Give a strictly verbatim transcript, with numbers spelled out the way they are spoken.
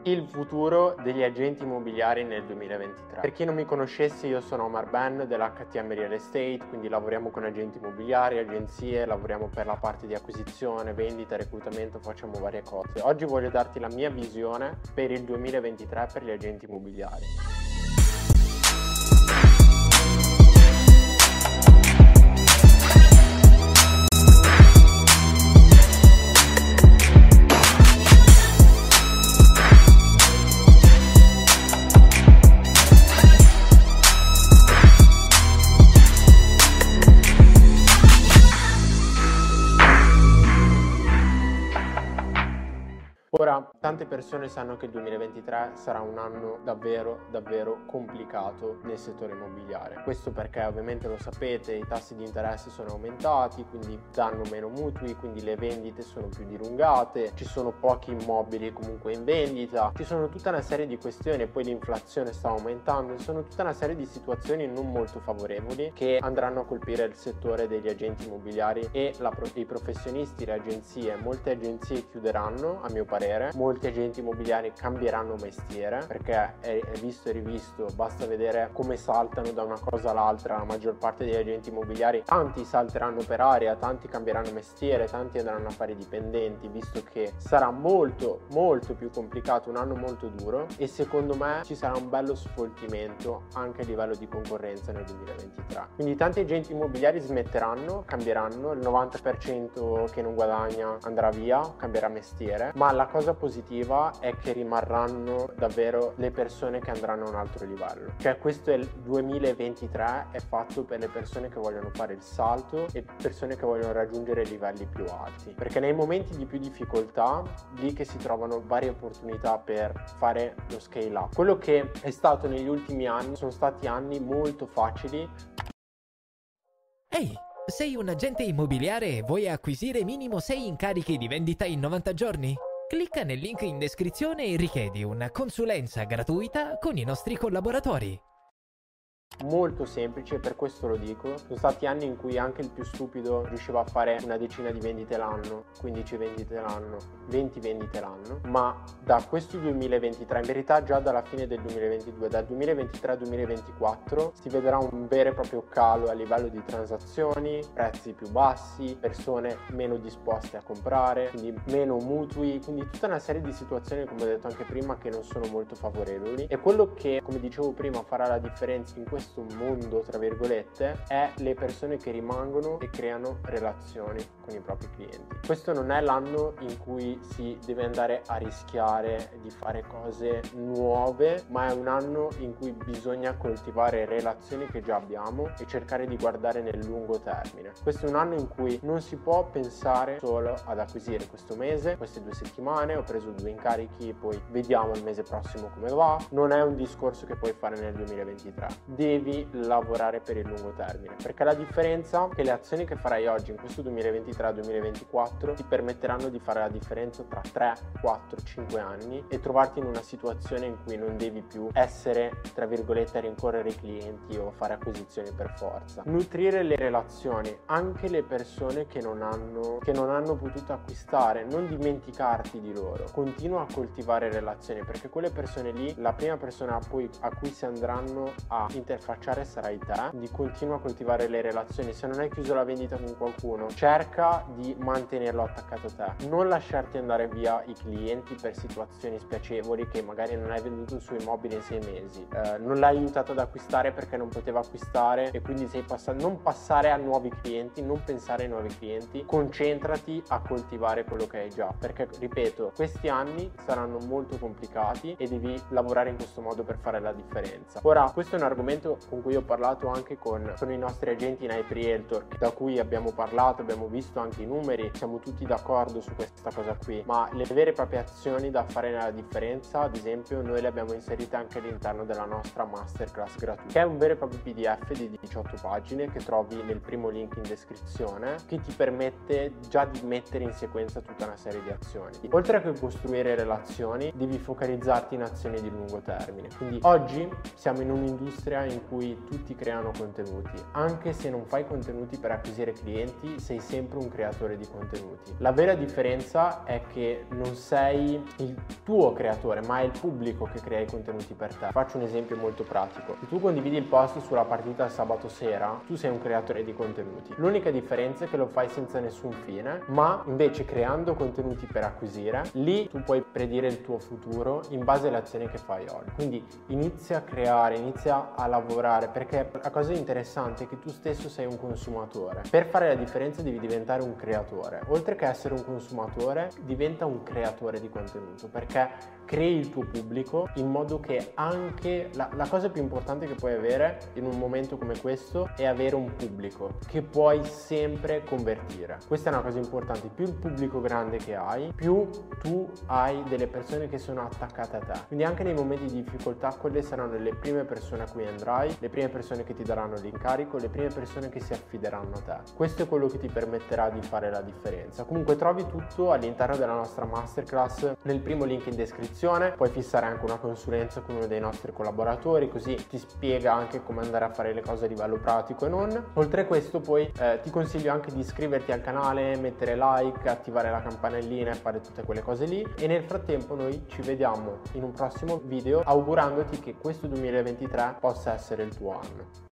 Il futuro degli agenti immobiliari nel duemilaventitré. Per chi non mi conoscesse, io sono Omar Ben dell'H T M Real Estate, quindi lavoriamo con agenti immobiliari, agenzie, lavoriamo per la parte di acquisizione, vendita, reclutamento, facciamo varie cose. Oggi voglio darti la mia visione per il duemilaventitré per gli agenti immobiliari. Ora, tante persone sanno che il duemilaventitré sarà un anno davvero, davvero complicato nel settore immobiliare. Questo perché ovviamente lo sapete, i tassi di interesse sono aumentati, quindi danno meno mutui, quindi le vendite sono più dilungate, ci sono pochi immobili comunque in vendita, ci sono tutta una serie di questioni e poi l'inflazione sta aumentando, ci sono tutta una serie di situazioni non molto favorevoli che andranno a colpire il settore degli agenti immobiliari e la, i professionisti, le agenzie. Molte agenzie chiuderanno, a mio parere. Molti agenti immobiliari cambieranno mestiere perché è, è visto e rivisto, basta vedere come saltano da una cosa all'altra. La maggior parte degli agenti immobiliari, tanti salteranno per aria, tanti cambieranno mestiere, tanti andranno a fare i dipendenti, visto che sarà molto molto più complicato, un anno molto duro, e secondo me ci sarà un bello sfoltimento anche a livello di concorrenza nel duemilaventitré. Quindi tanti agenti immobiliari smetteranno, cambieranno, il novanta per cento che non guadagna andrà via, cambierà mestiere, ma la cosa positiva è che rimarranno davvero le persone che andranno a un altro livello. Cioè questo è il duemilaventitré, è fatto per le persone che vogliono fare il salto e persone che vogliono raggiungere livelli più alti, perché nei momenti di più difficoltà lì che si trovano varie opportunità per fare lo scale up. Quello che è stato negli ultimi anni sono stati anni molto facili. Ehi, sei un agente immobiliare e vuoi acquisire minimo sei incarichi di vendita in novanta giorni? Clicca nel link in descrizione e richiedi una consulenza gratuita con i nostri collaboratori. Molto semplice, per questo lo dico. Sono stati anni in cui anche il più stupido riusciva a fare una decina di vendite l'anno, quindici vendite l'anno, venti vendite l'anno, ma da questo duemilaventitré, in verità già dalla fine del duemilaventidue, dal duemilaventitré al duemilaventiquattro si vedrà un vero e proprio calo a livello di transazioni, prezzi più bassi, persone meno disposte a comprare, quindi meno mutui, quindi tutta una serie di situazioni, come ho detto anche prima, che non sono molto favorevoli. E quello che, come dicevo prima, farà la differenza in questo questo mondo, tra virgolette, è le persone che rimangono e creano relazioni con i propri clienti. Questo non è l'anno in cui si deve andare a rischiare di fare cose nuove, ma è un anno in cui bisogna coltivare relazioni che già abbiamo e cercare di guardare nel lungo termine. Questo è un anno in cui non si può pensare solo ad acquisire questo mese, queste due settimane, ho preso due incarichi, poi vediamo il mese prossimo come va. Non è un discorso che puoi fare nel duemilaventitré. Devi lavorare per il lungo termine, perché la differenza è che le azioni che farai oggi in questo duemilaventitré duemilaventiquattro ti permetteranno di fare la differenza tra tre, quattro, cinque anni e trovarti in una situazione in cui non devi più essere, tra virgolette, a rincorrere i clienti o fare acquisizioni per forza. Nutrire le relazioni, anche le persone che non hanno che non hanno potuto acquistare, non dimenticarti di loro, continua a coltivare relazioni, perché quelle persone lì, la prima persona a cui, a cui si andranno a interfacciare sarai te. Quindi continua a coltivare le relazioni. Se non hai chiuso la vendita con qualcuno, cerca di mantenerlo attaccato a te, non lasciarti andare via i clienti per situazioni spiacevoli, che magari non hai venduto il suo immobile in sei mesi, eh, non l'hai aiutato ad acquistare perché non poteva acquistare e quindi sei passato. Non passare a nuovi clienti, non pensare ai nuovi clienti, concentrati a coltivare quello che hai già, perché ripeto, questi anni saranno molto complicati e devi lavorare in questo modo per fare la differenza. Ora, questo è un argomento con cui ho parlato anche con, con i nostri agenti in I P Realtor, da cui abbiamo parlato, abbiamo visto anche i numeri, siamo tutti d'accordo su questa cosa qui, ma le vere e proprie azioni da fare nella differenza, ad esempio, noi le abbiamo inserite anche all'interno della nostra masterclass gratuita, che è un vero e proprio P D F di diciotto pagine che trovi nel primo link in descrizione, che ti permette già di mettere in sequenza tutta una serie di azioni. Oltre a che costruire relazioni, devi focalizzarti in azioni di lungo termine. Quindi oggi siamo in un'industria in cui tutti creano contenuti. Anche se non fai contenuti per acquisire clienti, sei sempre un creatore di contenuti. La vera differenza è che non sei il tuo creatore, ma è il pubblico che crea i contenuti per te. Faccio un esempio molto pratico. Se tu condividi il post sulla partita sabato sera, tu sei un creatore di contenuti. L'unica differenza è che lo fai senza nessun fine, ma invece creando contenuti per acquisire, lì tu puoi predire il tuo futuro in base alle azioni che fai oggi. Quindi inizia a creare, inizia a lavorare, perché la cosa interessante è che tu stesso sei un consumatore. Per fare la differenza devi diventare un creatore. Oltre che essere un consumatore, diventa un creatore di contenuto, perché crei il tuo pubblico in modo che anche la, la cosa più importante che puoi avere in un momento come questo è avere un pubblico che puoi sempre convertire. Questa è una cosa importante. Più il pubblico grande che hai, più tu hai delle persone che sono attaccate a te. Quindi anche nei momenti di difficoltà quelle saranno le prime persone a cui andrai, le prime persone che ti daranno l'incarico, le prime persone che si affideranno a te. Questo è quello che ti permetterà di fare la differenza. Comunque trovi tutto all'interno della nostra masterclass nel primo link in descrizione. Puoi fissare anche una consulenza con uno dei nostri collaboratori, così ti spiega anche come andare a fare le cose a livello pratico e non. Oltre a questo poi eh, ti consiglio anche di iscriverti al canale, mettere like, attivare la campanellina e fare tutte quelle cose lì. E nel frattempo noi ci vediamo in un prossimo video, augurandoti che questo duemilaventitré possa essere il tuo anno.